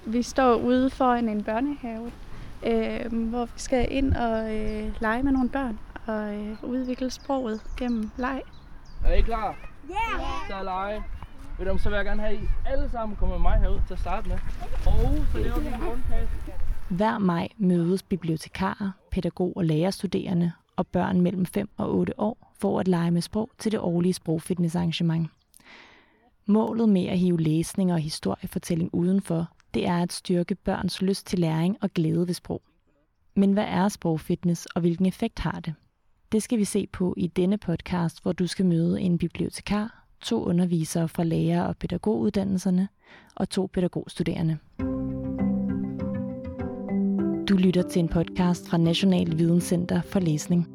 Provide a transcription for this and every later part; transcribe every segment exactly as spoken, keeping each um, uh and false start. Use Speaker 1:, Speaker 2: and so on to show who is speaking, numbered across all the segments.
Speaker 1: Vi står ude foran en børnehave, øh, hvor vi skal ind og øh, lege med nogle børn og øh, udvikle sproget gennem leg.
Speaker 2: Er I klar?
Speaker 3: Ja! Yeah.
Speaker 2: Så er lege. Ved du, så vil jeg gerne have, at I alle sammen kommer med mig herud til at starte med. Og så laver vi en rundpas.
Speaker 4: Hver maj mødes bibliotekarer, pædagog- og lærerstuderende og børn mellem fem og otte år for at lege med sprog til det årlige sprogfitnessarrangement. Målet med at hive læsning og historiefortælling udenfor, det er at styrke børns lyst til læring og glæde ved sprog. Men hvad er sprogfitness, og hvilken effekt har det? Det skal vi se på i denne podcast, hvor du skal møde en bibliotekar, to undervisere fra lærer- og pædagoguddannelserne og to pædagogstuderende. Du lytter til en podcast fra National Videnscenter for Læsning.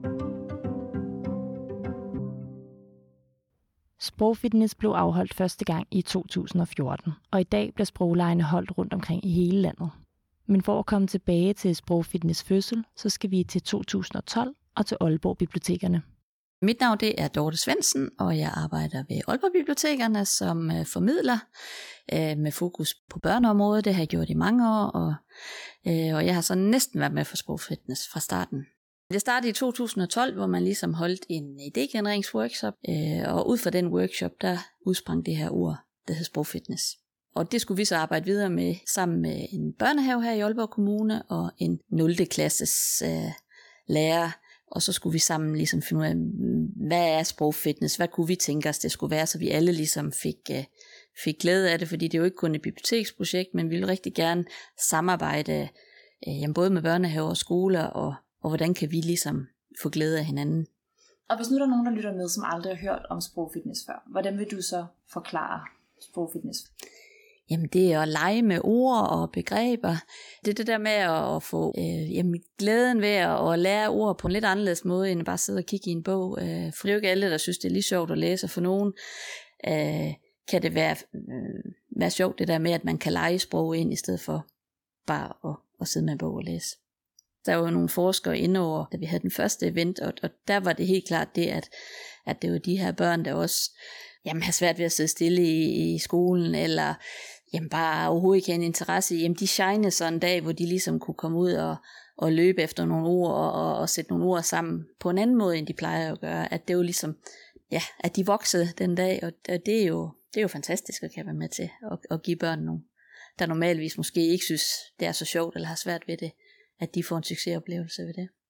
Speaker 4: Sprogfitness blev afholdt første gang i to tusind og fjorten, og i dag bliver sproglegene holdt rundt omkring i hele landet. Men for at komme tilbage til sprogfitness fødsel, så skal vi til to tusind og tolv og til Aalborg Bibliotekerne.
Speaker 5: Mit navn det er Dorte Svendsen, og jeg arbejder ved Aalborg Bibliotekerne som øh, formidler øh, med fokus på børneområdet. Det har jeg gjort i mange år, og, øh, og jeg har så næsten været med for sprogfitness fra starten. Det startede i to tusind og tolv, hvor man ligesom holdt en idégenereringsworkshop, øh, og ud fra den workshop, der udsprang det her ord, der hed sprogfitness. Og det skulle vi så arbejde videre med sammen med en børnehave her i Aalborg Kommune og en nul klasses øh, lærer. Og så skulle vi sammen ligesom finde ud af, hvad er sprogfitness, hvad kunne vi tænke os, det skulle være, så vi alle ligesom fik, øh, fik glæde af det, fordi det er jo ikke kun et biblioteksprojekt, men vi vil rigtig gerne samarbejde øh, jamen både med børnehaver og skoler, og, og hvordan kan vi ligesom få glæde af hinanden.
Speaker 3: Og hvis nu der er nogen, der lytter med, som aldrig har hørt om sprogfitness før, hvordan vil du så forklare sprogfitness?
Speaker 5: Jamen det er at lege med ord og begreber. Det er det der med at, at få øh, jamen, glæden ved at, at lære ord på en lidt anderledes måde, end at bare sidde og kigge i en bog. Øh, for det er jo ikke alle, der synes, det er lige sjovt at læse. For nogen øh, kan det være, øh, være sjovt det der med, at man kan lege sprog ind, i stedet for bare at, at sidde med en bog og læse. Der var jo nogle forskere inde over, da vi havde den første event, og, og der var det helt klart det, at, at det var de her børn, der også jamen, har svært ved at sidde stille i, i skolen, eller jamen, bare overhovedet ikke have en interesse i. Jamen, de shinede sådan en dag, hvor de ligesom kunne komme ud og, og løbe efter nogle ord, og, og, og sætte nogle ord sammen på en anden måde, end de plejer at gøre. At det var ligesom, ja, at de voksede den dag, og det er jo, det er jo fantastisk at kan være med til at, at give børn nogle, der normalvis måske ikke synes, det er så sjovt, eller har svært ved det, at de får en succesoplevelse ved det.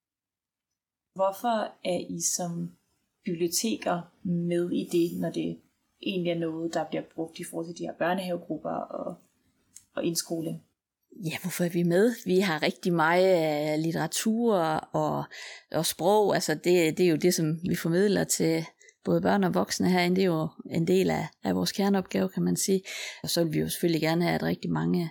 Speaker 3: Hvorfor er I som biblioteker med i det, når det egentlig er noget, der bliver brugt i forhold til de her børnehavegrupper og, og indskoling?
Speaker 5: Ja, hvorfor er vi med? Vi har rigtig meget litteratur og, og sprog. Altså det, det er jo det, som vi formidler til både børn og voksne herinde. Det er jo en del af, af vores kerneopgave, kan man sige. Og så vil vi jo selvfølgelig gerne have, at rigtig mange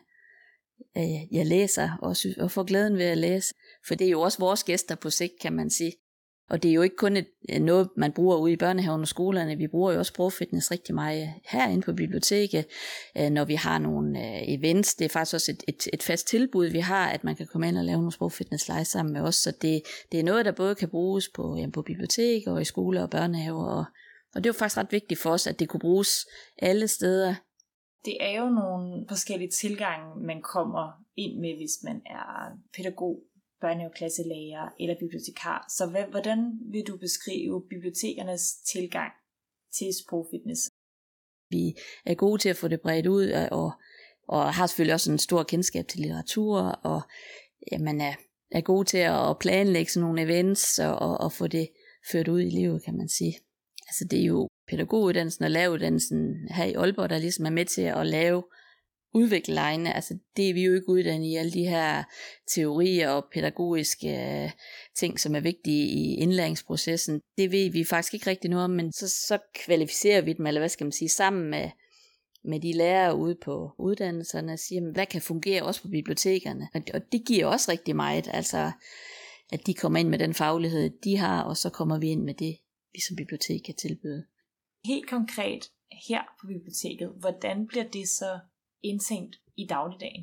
Speaker 5: øh, jeg læser og, sy- og får glæden ved at læse. For det er jo også vores gæster på sigt, kan man sige. Og det er jo ikke kun et, noget, man bruger ude i børnehaven og skolerne. Vi bruger jo også sprogfitness rigtig meget herinde på biblioteket, når vi har nogle events. Det er faktisk også et, et, et fast tilbud, vi har, at man kan komme ind og lave nogle sprogfitness-lege sammen med os. Så det, det er noget, der både kan bruges på, jamen, på biblioteker og i skoler og børnehaver. Og, og det er jo faktisk ret vigtigt for os, at det kunne bruges alle steder.
Speaker 3: Det er jo nogle forskellige tilgange, man kommer ind med, hvis man er pædagog, børnehaveklasselærer eller bibliotekar. Så hvad, hvordan vil du beskrive bibliotekernes tilgang til sprogfitness?
Speaker 5: Vi er gode til at få det bredt ud, og, og har selvfølgelig også en stor kendskab til litteratur, og ja, man er, er gode til at planlægge sådan nogle events, og, og, og få det ført ud i livet, kan man sige. Altså det er jo pædagoguddannelsen og læreruddannelsen her i Aalborg, der ligesom er med til at lave udvikle legene. Altså det er vi jo ikke uddannet i, alle de her teorier og pædagogiske uh, ting, som er vigtige i indlæringsprocessen. Det ved vi faktisk ikke rigtig noget om, men så, så kvalificerer vi dem, eller hvad skal man sige, sammen med, med de lærere ude på uddannelserne, og siger, hvad kan fungere også på bibliotekerne. Og, og det giver også rigtig meget, altså at de kommer ind med den faglighed, de har, og så kommer vi ind med det, vi som bibliotek kan tilbyde.
Speaker 3: Helt konkret her på biblioteket, hvordan bliver det så indtænkt i dagligdagen?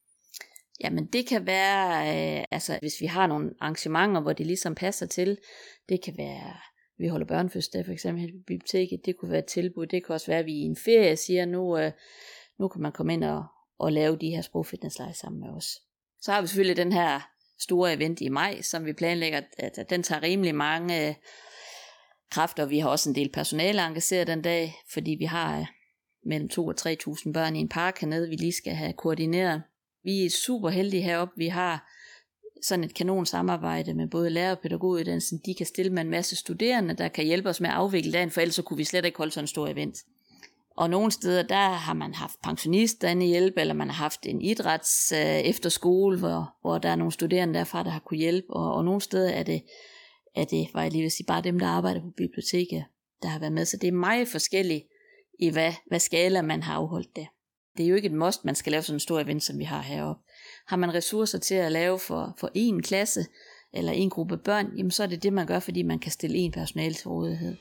Speaker 5: Jamen det kan være, øh, altså hvis vi har nogle arrangementer, hvor det ligesom passer til, det kan være, vi holder børnefødselsdag for eksempel her på biblioteket, det kunne være et tilbud, det kan også være, at vi i en ferie siger, nu, øh, nu kan man komme ind og, at lave de her sprogfitnesslege sammen med os. Så har vi selvfølgelig den her store event i maj, som vi planlægger, at, at den tager rimelig mange kræfter. Vi har også en del personale engageret den dag, fordi vi har mellem to og tre tusind børn i en park hernede, vi lige skal have koordineret. Vi er super heldige heroppe. Vi har sådan et kanon samarbejde med både lærer- og pædagoguddannelsen. De kan stille med en masse studerende, der kan hjælpe os med at afvikle dagen, for ellers så kunne vi slet ikke holde sådan en stor event. Og nogle steder, der har man haft pensionister inde i hjælp, eller man har haft en idræts øh, efterskole, hvor, hvor der er nogle studerende derfra, der har kunne hjælpe. Og, og nogle steder er det, er det, var jeg lige vil sige, bare dem, der arbejder på biblioteket, der har været med. Så det er meget forskelligt i, hvad, hvad skala man har afholdt det. Det er jo ikke et must, man skal lave sådan en stor event, som vi har heroppe. Har man ressourcer til at lave for, for en klasse, eller en gruppe børn, jamen så er det det, man gør, fordi man kan stille en personale til rådighed.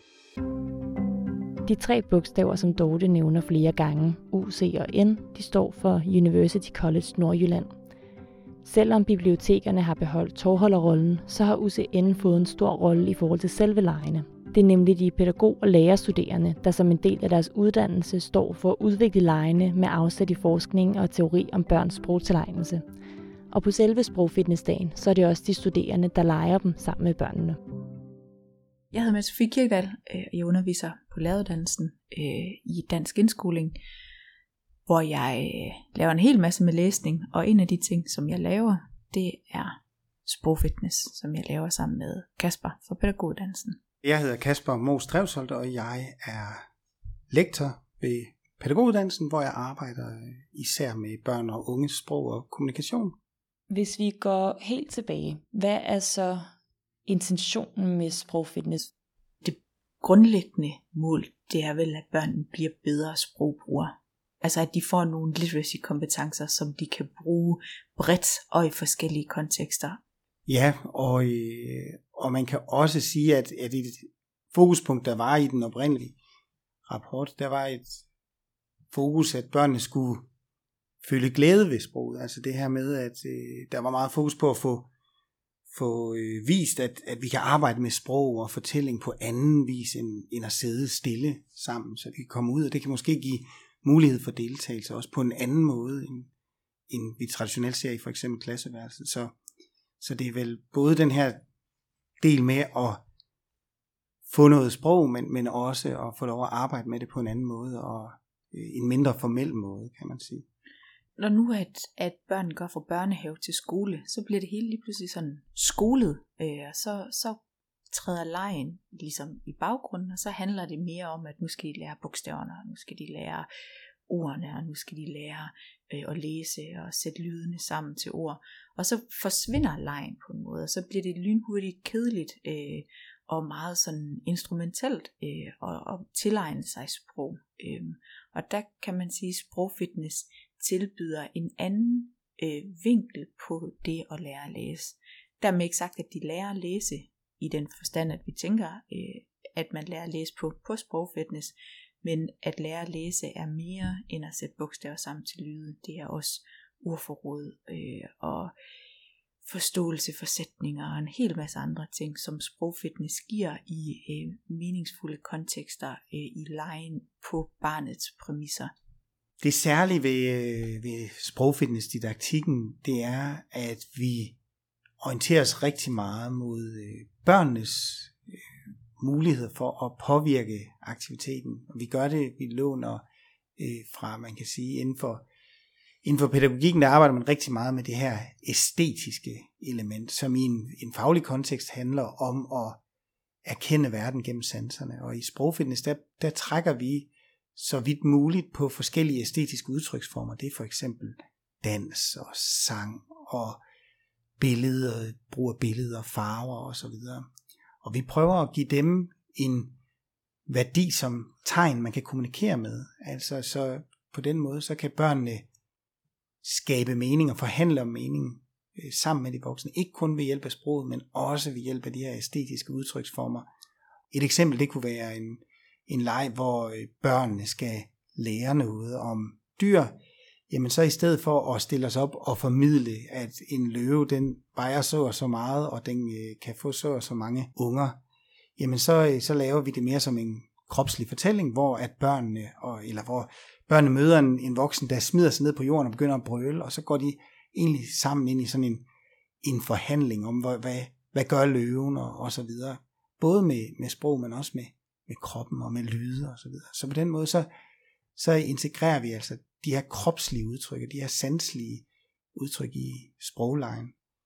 Speaker 4: De tre bogstaver, som Dorte nævner flere gange, U, C og N, de står for University College Nordjylland. Selvom bibliotekerne har beholdt tovholderrollen, så har U C N fået en stor rolle i forhold til selve legene. Det er nemlig de pædagog- og lærerstuderende, der som en del af deres uddannelse står for at udvikle legene med afsæt i forskning og teori om børns sprogtilegnelse. Og på selve sprogfitnessdagen, så er det også de studerende, der leger dem sammen med børnene.
Speaker 6: Jeg hedder Mette Sofie Kirkedal, og jeg underviser på læreruddannelsen i dansk indskoling, hvor jeg laver en hel masse med læsning, og en af de ting, som jeg laver, det er sprogfitness, som jeg laver sammen med Kasper fra pædagoguddannelsen.
Speaker 7: Jeg hedder Kasper Moos Drevsholt, og jeg er lektor ved pædagoguddannelsen, hvor jeg arbejder især med børn og unges sprog og kommunikation.
Speaker 4: Hvis vi går helt tilbage, hvad er så intentionen med sprogfitness?
Speaker 6: Det grundlæggende mål, det er vel, at børnene bliver bedre sprogbrugere. Altså at de får nogle literacy-kompetencer, som de kan bruge bredt og i forskellige kontekster.
Speaker 7: Ja, og, øh, og man kan også sige, at, at et fokuspunkt, der var i den oprindelige rapport, der var et fokus, at børnene skulle føle glæde ved sproget. Altså det her med, at øh, der var meget fokus på at få, få øh, vist, at, at vi kan arbejde med sprog og fortælling på anden vis, end, end at sidde stille sammen, så vi kan komme ud, og det kan måske give mulighed for deltagelse også på en anden måde, end, end vi traditionelt ser i for eksempel klasseværelset. Så Så det er vel både den her del med at få noget sprog, men, men også at få lov at arbejde med det på en anden måde, og en mindre formel måde, kan man sige.
Speaker 6: Når nu at, at børn går fra børnehave til skole, så bliver det hele lige pludselig sådan skolet, øh, og så, så træder legen ligesom i baggrunden, og så handler det mere om, at nu skal de lære bogstaverne, og nu skal de lære ordene, og nu skal de lære øh, at læse og sætte lydene sammen til ord. Og så forsvinder legen på en måde, og så bliver det lynhurtigt kedeligt øh, og meget sådan instrumentelt øh, og, og tilegne sig sprog. Øh, og der kan man sige, at sprogfitness tilbyder en anden øh, vinkel på det at lære at læse. Dermed ikke sagt, at de lærer at læse i den forstand, at vi tænker, øh, at man lærer at læse på, på sprogfitness, men at lære at læse er mere end at sætte bogstaver sammen til lyde. Det er også ordforråd øh, og forståelse for sætninger og en hel masse andre ting, som sprogfitness giver i øh, meningsfulde kontekster øh, i legen på barnets præmisser.
Speaker 7: Det særlige ved, ved sprogfitnessdidaktikken, det er, at vi orienterer os rigtig meget mod børnenes mulighed for at påvirke aktiviteten. Og vi gør det, vi låner øh, fra, man kan sige, inden for, inden for pædagogikken, der arbejder man rigtig meget med det her æstetiske element, som i en, en faglig kontekst handler om at erkende verden gennem sanserne. Og i sprogfitness, der, der trækker vi så vidt muligt på forskellige æstetiske udtryksformer. Det er for eksempel dans og sang og billeder, brug af billeder, farver osv. Og vi prøver at give dem en værdi som tegn, man kan kommunikere med. Altså så på den måde, så kan børnene skabe mening og forhandle om mening øh, sammen med de voksne. Ikke kun ved hjælp af sproget, men også ved hjælp af de her æstetiske udtryksformer. Et eksempel, det kunne være en, en leg, hvor øh, børnene skal lære noget om dyr. Jamen så i stedet for at stille os op og formidle, at en løve, den vejer så og så meget, og den øh, kan få så og så mange unger, jamen så, øh, så laver vi det mere som en kropslig fortælling, hvor at børnene, og, eller hvor børnene møder en, en voksen, der smider sig ned på jorden og begynder at brøle, og så går de egentlig sammen ind i sådan en, en forhandling om, hvad, hvad, hvad gør løven og, og så videre. Både med, med sprog, men også med, med kroppen og med lyde og så videre. Så på den måde, så, så integrerer vi altså de her kropslige udtryk, de her sanselige udtryk i sproglejen.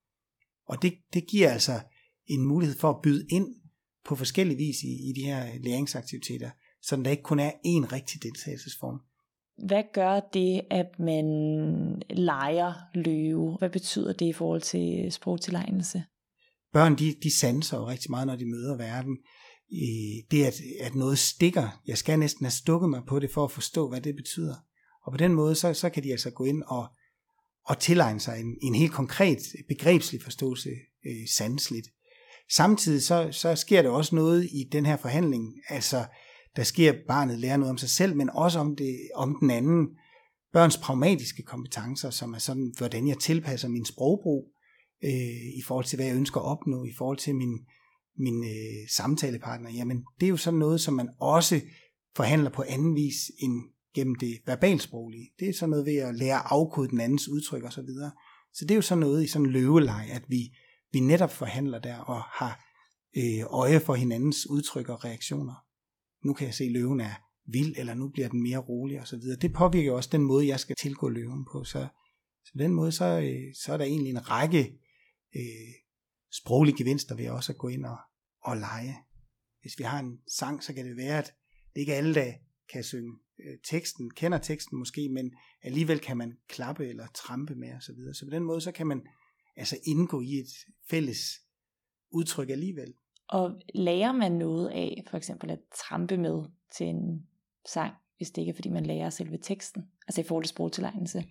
Speaker 7: Og det, det giver altså en mulighed for at byde ind på forskellige vis i, i de her læringsaktiviteter, så der ikke kun er én rigtig deltagelsesform.
Speaker 4: Hvad gør det, at man leger løve? Hvad betyder det i forhold til sprogtilegnelse?
Speaker 7: Børn, de, de sanser jo rigtig meget, når de møder verden. Det, at, at noget stikker, jeg skal næsten have stukket mig på det, for at forstå, hvad det betyder. Og på den måde, så, så kan de altså gå ind og, og tilegne sig en, en helt konkret begrebslig forståelse øh, sansligt. Samtidig så, så sker der også noget i den her forhandling, altså der sker barnet lærer noget om sig selv, men også om, det, om den anden. Børns pragmatiske kompetencer, som er sådan, hvordan jeg tilpasser min sprogbrug, øh, i forhold til, hvad jeg ønsker at opnå, i forhold til min, min øh, samtalepartner. Jamen, det er jo sådan noget, som man også forhandler på anden vis end gennem det verbalsproglige. Det er sådan noget ved at lære at afkode den andens udtryk og så videre. Så det er jo sådan noget i sådan en løveleg, at vi, vi netop forhandler der og har øh, øje for hinandens udtryk og reaktioner. Nu kan jeg se, at løven er vild, eller nu bliver den mere rolig og så videre. Det påvirker også den måde, jeg skal tilgå løven på. Så, så på den måde, så, øh, så er der egentlig en række øh, sproglige gevinster ved også at gå ind og, og lege. Hvis vi har en sang, så kan det være, at det ikke er alle, der kan synge øh, teksten, kender teksten måske, men alligevel kan man klappe eller trampe med og så videre. Så på den måde, så kan man altså indgå i et fælles udtryk alligevel.
Speaker 4: Og lærer man noget af for eksempel at trampe med til en sang, hvis det ikke er fordi man lærer selve teksten, altså i forhold til sprogtilegnelse?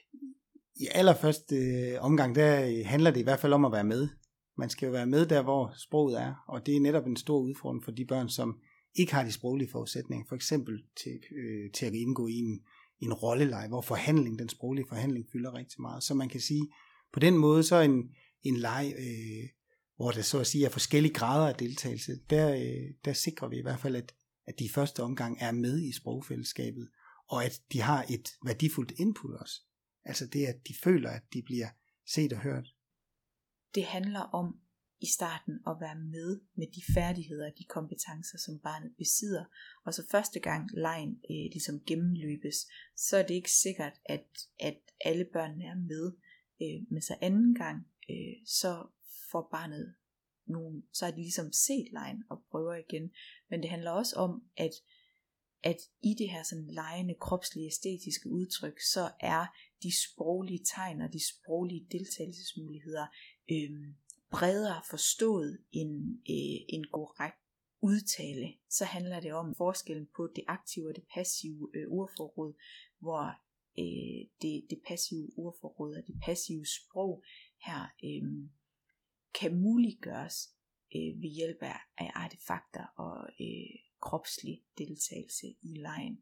Speaker 7: I allerførste øh, omgang, der handler det i hvert fald om at være med. Man skal jo være med der, hvor sproget er, og det er netop en stor udfordring for de børn, som ikke har de sproglige forudsætninger, for eksempel til, øh, til at indgå i en, en rolleleje, hvor forhandling, den sproglige forhandling fylder rigtig meget. Så man kan sige, på den måde, så en, en leg, øh, hvor der så at sige er forskellige grader af deltagelse, der, øh, der sikrer vi i hvert fald, at, at de i første omgang er med i sprogfællesskabet, og at de har et værdifuldt input også. Altså det, at de føler, at de bliver set og hørt.
Speaker 6: Det handler om i starten at være med med de færdigheder og de kompetencer, som barnet besidder. Og så første gang legen øh, ligesom gennemløbes, så er det ikke sikkert, at, at alle børnene er med. Øh, men så anden gang, øh, så får barnet nogle, så er de ligesom set legen og prøver igen. Men det handler også om, at, at i det her sådan legende, kropslige, æstetiske udtryk, så er de sproglige tegn og de sproglige deltagelsesmuligheder øh, bredere forstået end øh, en korrekt udtale. Så handler det om forskellen på det aktive og det passive øh, ordforråd, hvor øh, det, det passive ordforråd og det passive sprog her øh, kan muliggøres øh, ved hjælp af, af artefakter og øh, kropslig deltagelse i legen.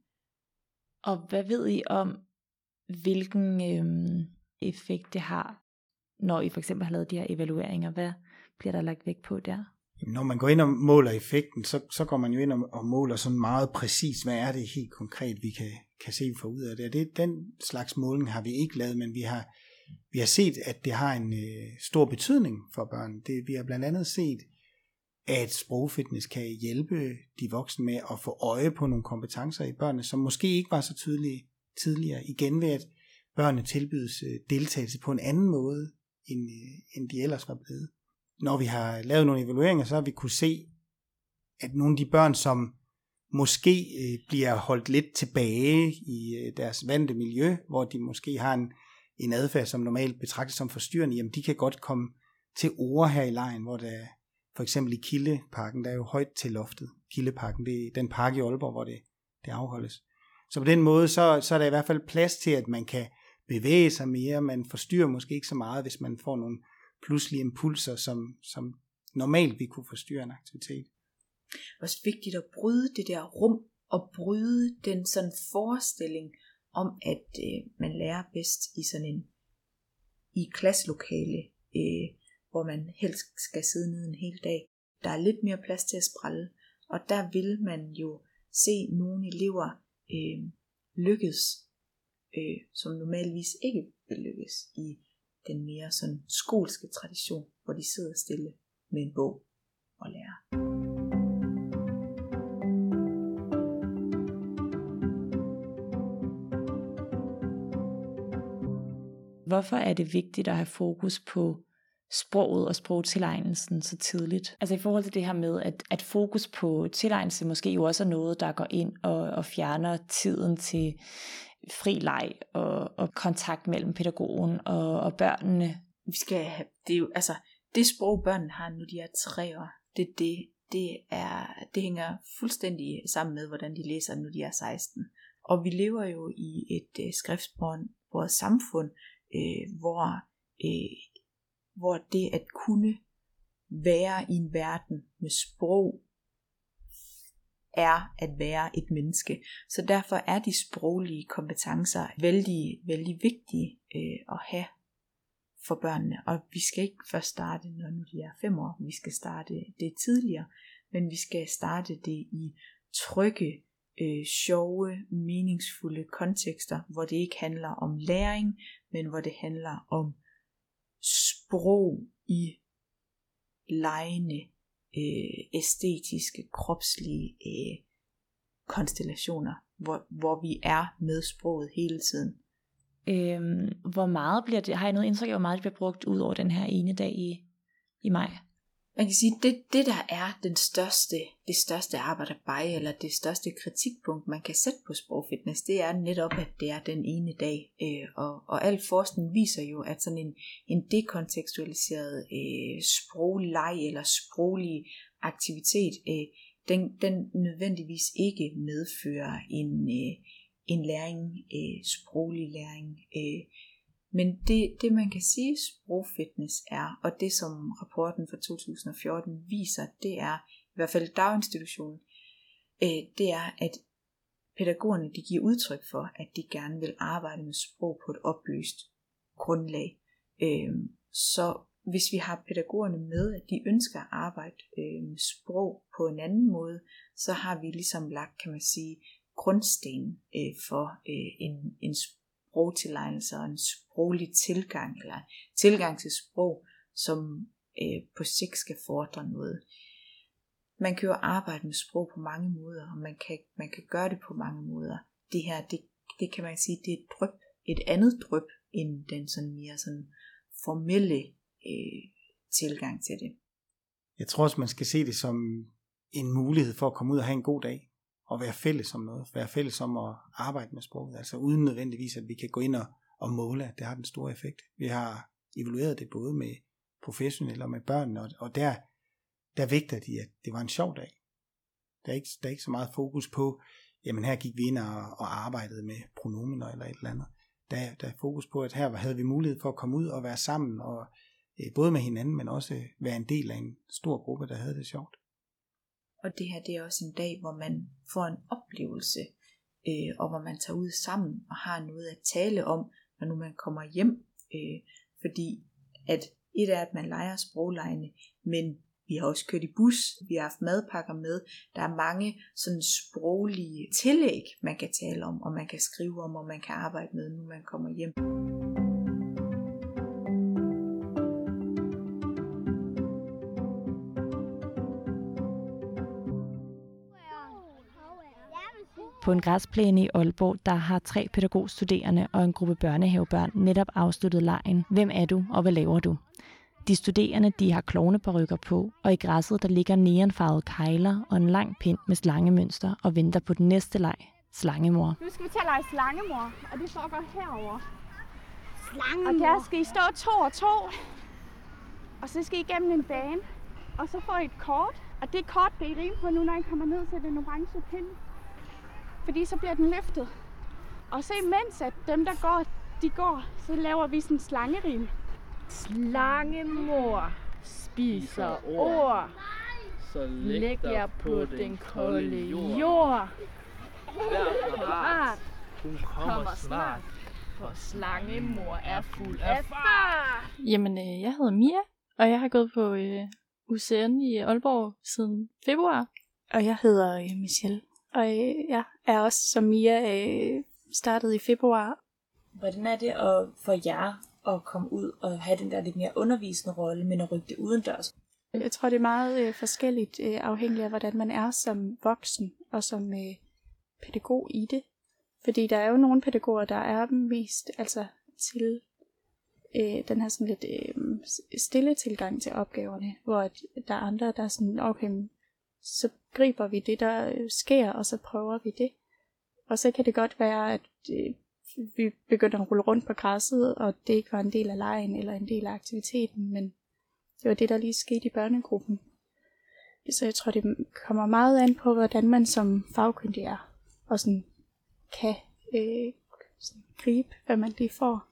Speaker 4: Og hvad ved I om, hvilken øh, effekt det har, når I for eksempel har lavet de her evalueringer? Hvad bliver der lagt vægt på der?
Speaker 7: Når man går ind og måler effekten, så, så går man jo ind og, og måler sådan meget præcis, hvad er det helt konkret, vi kan, kan se for ud af det. det. Den slags måling har vi ikke lavet, men vi har, vi har set, at det har en øh, stor betydning for børn. Det, vi har blandt andet set, at sprogfitness kan hjælpe de voksne med at få øje på nogle kompetencer i børnene, som måske ikke var så tydelige tidligere. Igen ved, at børnene tilbydes øh, deltagelse på en anden måde, end, øh, end de ellers var blevet. Når vi har lavet nogle evalueringer, så har vi kunne se, at nogle af de børn, som måske øh, bliver holdt lidt tilbage i øh, deres vante miljø, hvor de måske har en, en adfærd, som normalt betragtes som forstyrrende, jamen de kan godt komme til ord her i legen, hvor der for eksempel i Kildeparken, der er jo højt til loftet. Kildeparken, det er den park i Aalborg, hvor det, det afholdes. Så på den måde, så, så er der i hvert fald plads til, at man kan bevæge sig mere. Man forstyrrer måske ikke så meget, hvis man får nogle pludselige impulser, som, som normalt vi kunne forstyrre en aktivitet.
Speaker 6: Det er også vigtigt at bryde det der rum, og bryde den sådan forestilling om, at øh, man lærer bedst i sådan en i klasselokale, øh, hvor man helst skal sidde nede en hel dag. Der er lidt mere plads til at sprælle, og der vil man jo se nogle elever øh, lykkes, øh, som normalvis ikke vil lykkes i den mere sådan skolske tradition, hvor de sidder stille med en bog og lærer.
Speaker 4: Hvorfor er det vigtigt at have fokus på sproget og sprogtilegnelsen så tidligt? Altså i forhold til det her med, at, at fokus på tilegnelse måske jo også er noget, der går ind og, og fjerner tiden til fri leg og, og kontakt mellem pædagogen og, og børnene.
Speaker 6: Vi skal have, det er jo, altså, det sprog børnene har, nu de er tre år, det, det, det, er, det hænger fuldstændig sammen med, hvordan de læser, når de er seksten. Og vi lever jo i et øh, skriftsproget samfund, øh, hvor, øh, hvor det at kunne være i en verden med sprog, er at være et menneske. Så derfor er de sproglige kompetencer vældig, vældig vigtige øh, at have for børnene. Og vi skal ikke først starte, når nu de er fem år. Vi skal starte det tidligere, men vi skal starte det i trygge, øh, sjove, meningsfulde kontekster, hvor det ikke handler om læring, men hvor det handler om sprog i legende, øh, æstetiske, kropslige øh, konstellationer, hvor, hvor vi er med sproget hele tiden.
Speaker 4: Øhm, hvor meget bliver det, har jeg noget indtryk af, hvor meget det bliver brugt ud over den her ene dag i, i maj?
Speaker 6: Man kan sige, det, det der er den største, det største arbejderbej, eller det største kritikpunkt, man kan sætte på sprogfitness, det er netop, at det er den ene dag. Øh, og, og al forskning viser jo, at sådan en, en dekontekstualiseret øh, sprogleg eller sproglig aktivitet, øh, den, den nødvendigvis ikke medfører en, øh, en læring, øh, sproglig læring. Øh, Men det, det man kan sige sprogfitness er, og det som rapporten fra to tusind og fjorten viser, det er, i hvert fald daginstitutionen, øh, det er, at pædagogerne de giver udtryk for, at de gerne vil arbejde med sprog på et oplyst grundlag. Øh, så hvis vi har pædagogerne med, at de ønsker at arbejde øh, med sprog på en anden måde, så har vi ligesom lagt, kan man sige, grundsten øh, for øh, en, en sprogtilegnelse og en sproglig tilgang, eller tilgang til sprog, som øh, på sigt skal fordre noget. Man kan jo arbejde med sprog på mange måder, og man kan, man kan gøre det på mange måder. Det her, det, det kan man sige, det er et dryp, et andet dryp, end den sådan mere sådan formelle øh, tilgang til det.
Speaker 7: Jeg tror også, man skal se det som en mulighed for at komme ud og have en god dag, og være fælles om noget, være fælles om at arbejde med sproget, altså uden nødvendigvis, at vi kan gå ind og, og måle, at det har den store effekt. Vi har evalueret det både med professionelle og med børnene, og, og der, der vægter de, at det var en sjov dag. Der er ikke, der er ikke så meget fokus på, jamen her gik vi ind og, og arbejdede med pronomener eller et eller andet. Der, der er fokus på, at her havde vi mulighed for at komme ud og være sammen, og øh, både med hinanden, men også være en del af en stor gruppe, der havde det sjovt.
Speaker 6: Og det her, det er også en dag, hvor man får en oplevelse, øh, og hvor man tager ud sammen og har noget at tale om, når nu man kommer hjem. Øh, fordi at et er, at man leger sproglejene, men vi har også kørt i bus, vi har haft madpakker med. Der er mange sådan sproglige tillæg, man kan tale om, og man kan skrive om, og man kan arbejde med, når man kommer hjem.
Speaker 4: På en græsplæne i Aalborg, der har tre pædagogstuderende og en gruppe børnehavebørn netop afsluttet legen. Hvem er du, og hvad laver du? De studerende, de har klovneparykker på, og i græsset, der ligger neonfarvede kegler og en lang pind med slangemønster og venter på den næste leg, slangemor.
Speaker 1: Nu skal vi til at lege slangemor, og det foregår herover.
Speaker 8: Slangemor.
Speaker 1: Og der skal I stå to og to, og så skal I igennem en bane, og så får I et kort, og det kort, det er I rige på nu, når I kommer ned til den orange pind. Fordi så bliver den løftet. Og så imens at dem, der går, de går, så laver vi sådan en slangerim.
Speaker 8: Slangemor spiser ord.
Speaker 2: Så
Speaker 8: Læg jer på den kolde jord.
Speaker 2: Derfor hun kommer snart,
Speaker 8: for slangemor er fuld af fart.
Speaker 9: Jamen, øh, jeg hedder Mia, og jeg har gået på øh, U C N i Aalborg siden februar.
Speaker 10: Og jeg hedder øh, Michelle. Og øh, jeg er også som Mia øh,
Speaker 9: startede i februar.
Speaker 3: Hvordan er det at, for jer at komme ud og have den der lidt mere undervisende rolle, men at rykke det udendørs?
Speaker 9: Jeg tror, det er meget øh, forskelligt øh, afhængigt af, hvordan man er som voksen og som øh, pædagog i det. Fordi der er jo nogle pædagoger, der er mest altså, til øh, den her sådan lidt øh, stille tilgang til opgaverne, hvor at der er andre, der er sådan, okay, så griber vi det, der sker, og så prøver vi det. Og så kan det godt være, at øh, vi begynder at rulle rundt på græsset, og det ikke var en del af legen eller en del af aktiviteten, men det var det, der lige skete i børnegruppen. Så jeg tror, det kommer meget an på, hvordan man som fagkyndig er, og sådan kan øh, sådan gribe, hvad man lige får.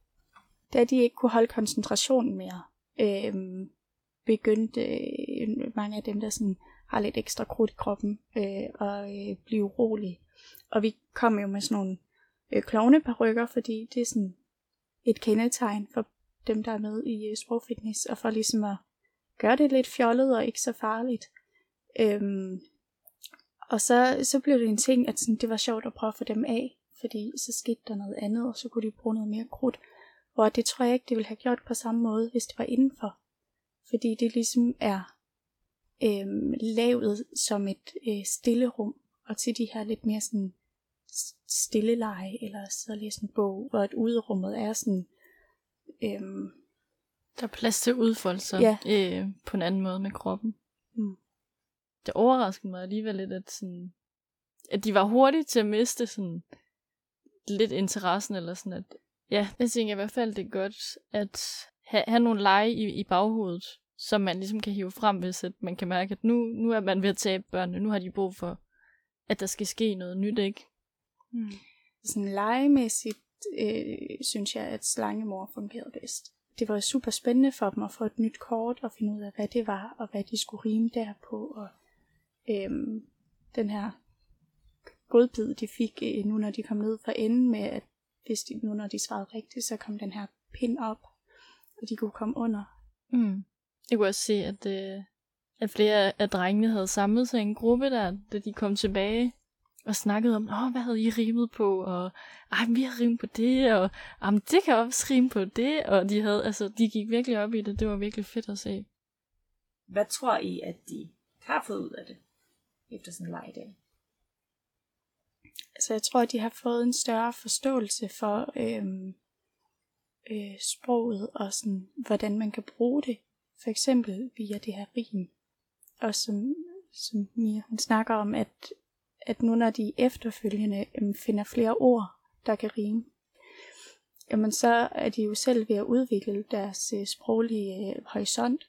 Speaker 9: Da de ikke kunne holde koncentrationen mere, øh, begyndte øh, mange af dem, der sådan har lidt ekstra krudt i kroppen, øh, og øh, blive urolige. Og vi kom jo med sådan nogle øh, klovneparykker, fordi det er sådan et kendetegn for dem, der er med i øh, sprogfitness, og for ligesom at gøre det lidt fjollet og ikke så farligt. Øhm, og så, så blev det en ting, at sådan, det var sjovt at prøve at få dem af, fordi så skete der noget andet, og så kunne de bruge noget mere krudt. Og det tror jeg ikke, det ville have gjort på samme måde, hvis det var indenfor. Fordi det ligesom er øhm, lavet som et øh, stille rum, og til de her lidt mere sådan stille lege, eller så læse en bog, hvor et uderummet er sådan øhm, der er plads til udfoldelse
Speaker 3: Ja.
Speaker 9: øh, på en anden måde med kroppen.
Speaker 3: Mm.
Speaker 9: Det overraskede mig alligevel lidt, at, sådan, at de var hurtige til at miste sådan, lidt interessen, eller sådan at, ja, jeg tænker i hvert fald, det er godt at have, have nogle lege i, i baghovedet, som man ligesom kan hive frem, hvis at man kan mærke, at nu, nu er man ved at tabe børnene, nu har de brug for, at der skal ske noget nyt, ikke?
Speaker 3: Mm.
Speaker 9: Sådan legemæssigt, øh, synes jeg, at slangemor fungerede bedst. Det var super spændende for dem at få et nyt kort og finde ud af, hvad det var, og hvad de skulle rime derpå. Og øhm, den her godbid, de fik øh, nu, når de kom ned fra enden med, at hvis de, nu når de svarede rigtigt, så kom den her pind op, og de kunne komme under.
Speaker 10: Mm. Jeg kunne også se, at, øh, at flere af drengene havde samlet sig i en gruppe der, da de kom tilbage og snakkede om, åh, hvad havde I rimet på, og ej, vi har rimet på det, og jamen, det kan også rime på det, og de havde, altså, de gik virkelig op i det, det var virkelig fedt at se.
Speaker 3: Hvad tror I, at de har fået ud af det, efter sådan en legedag?
Speaker 9: Altså, jeg tror, at de har fået en større forståelse for øhm, øh, sproget, og sådan, hvordan man kan bruge det, for eksempel via det her rim. Og som, som Mia, hun snakker om, at at nu når de efterfølgende øhm, finder flere ord, der kan rime, jamen så er de jo selv ved at udvikle deres øh, sproglige øh, horisont.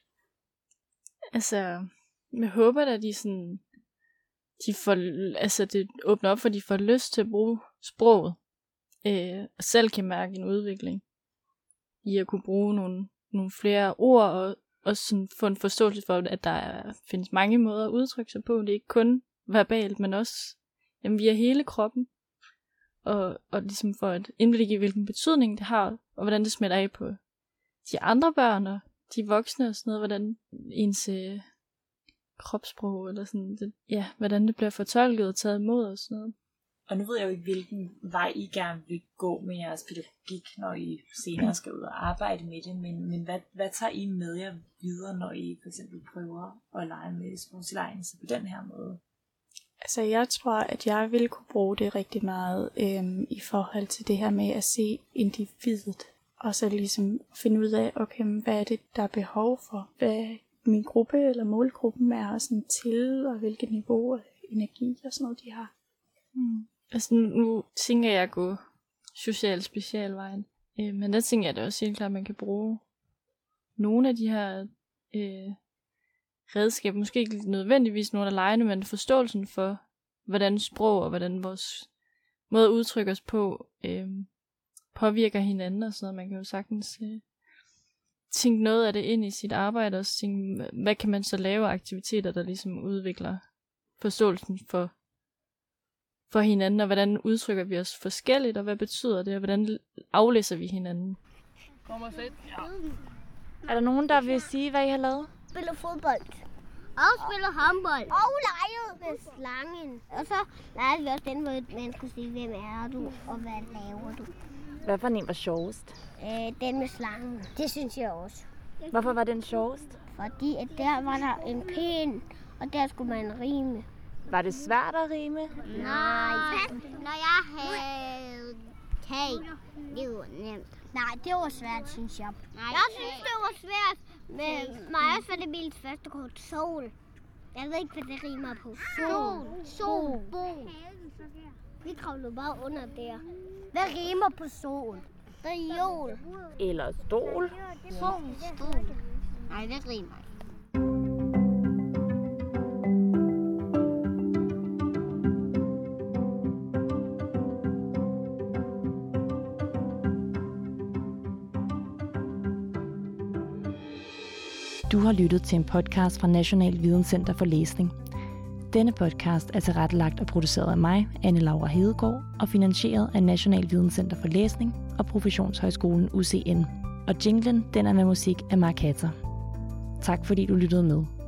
Speaker 10: Altså, jeg håber, at de sådan, de får, altså det åbner op for, at de får lyst til at bruge sproget, øh, og selv kan mærke en udvikling i at kunne bruge nogle, nogle flere ord, og også sådan få en forståelse for, at der er, findes mange måder at udtrykke sig på. Det er ikke kun verbalt, men også jamen, via hele kroppen, og, og ligesom få et indblik i, hvilken betydning det har, og hvordan det smitter af på de andre børn, og de voksne og sådan noget, hvordan ens øh, kropssprog, eller sådan, det, ja, hvordan det bliver fortolket og taget imod og sådan noget.
Speaker 3: Og nu ved jeg jo ikke, hvilken vej I gerne vil gå med jeres pædagogik, når I senere skal ud og arbejde med det, men, men hvad, hvad tager I med jer videre, når I for eksempel prøver at lege med sprogtilegnelse på den her måde?
Speaker 9: Altså, jeg tror, at jeg vil kunne bruge det rigtig meget øhm, i forhold til det her med at se individet, og så ligesom finde ud af, okay, hvad er det, der er behov for? Hvad min gruppe eller målgruppen er sådan til, og hvilket niveau af energi og sådan noget, de har.
Speaker 10: Mm. Altså, nu tænker jeg at gå social specialvejen, øh, men der tænker jeg da også helt klart, at man kan bruge nogle af de her øh, redskaber, måske ikke nødvendigvis nogle af legene, men forståelsen for, hvordan sprog og hvordan vores måde at udtrykke os på øh, påvirker hinanden og sådan noget. Man kan jo sagtens øh, tænke noget af det ind i sit arbejde, og tænke, hvad kan man så lave aktiviteter, der ligesom udvikler forståelsen for, for hinanden, og hvordan udtrykker vi os forskelligt, og hvad betyder det, og hvordan aflæser vi hinanden.
Speaker 2: Kom og sæt. Ja.
Speaker 4: Er der nogen, der vil sige, hvad I har lavet?
Speaker 11: Spiller fodbold. Og spillet håndbold. Og leget med slangen. Og så legede vi også den, hvor man skulle sige, hvem er du, og hvad laver du.
Speaker 4: Hvad for en var sjovest?
Speaker 11: Øh, den med slangen. Det synes jeg også.
Speaker 4: Hvorfor var den sjovest?
Speaker 11: Fordi at der var der en pind, og der skulle man rime.
Speaker 4: Var det svært at rime?
Speaker 11: Nej. Når jeg havde tag, det var nemt. Nej, det var svært, synes jeg. Nej, jeg synes, det var svært. Med mig også var det mit første kort. Sol. Jeg ved ikke, hvad det rimer på. Sol. Sol. Sol. Vi kravlede bare under der. Hvad rimer på sol? Reol.
Speaker 4: Eller stol?
Speaker 11: Sol. Stol. Nej, det rimer ikke.
Speaker 4: Du har lyttet til en podcast fra National Videnscenter for Læsning. Denne podcast er tilrettelagt og produceret af mig, Anne Laura Hedegaard, og finansieret af National Videnscenter for Læsning og Professionshøjskolen U C N. Og jinglen, den er med musik af Mark Hatter. Tak fordi du lyttede med.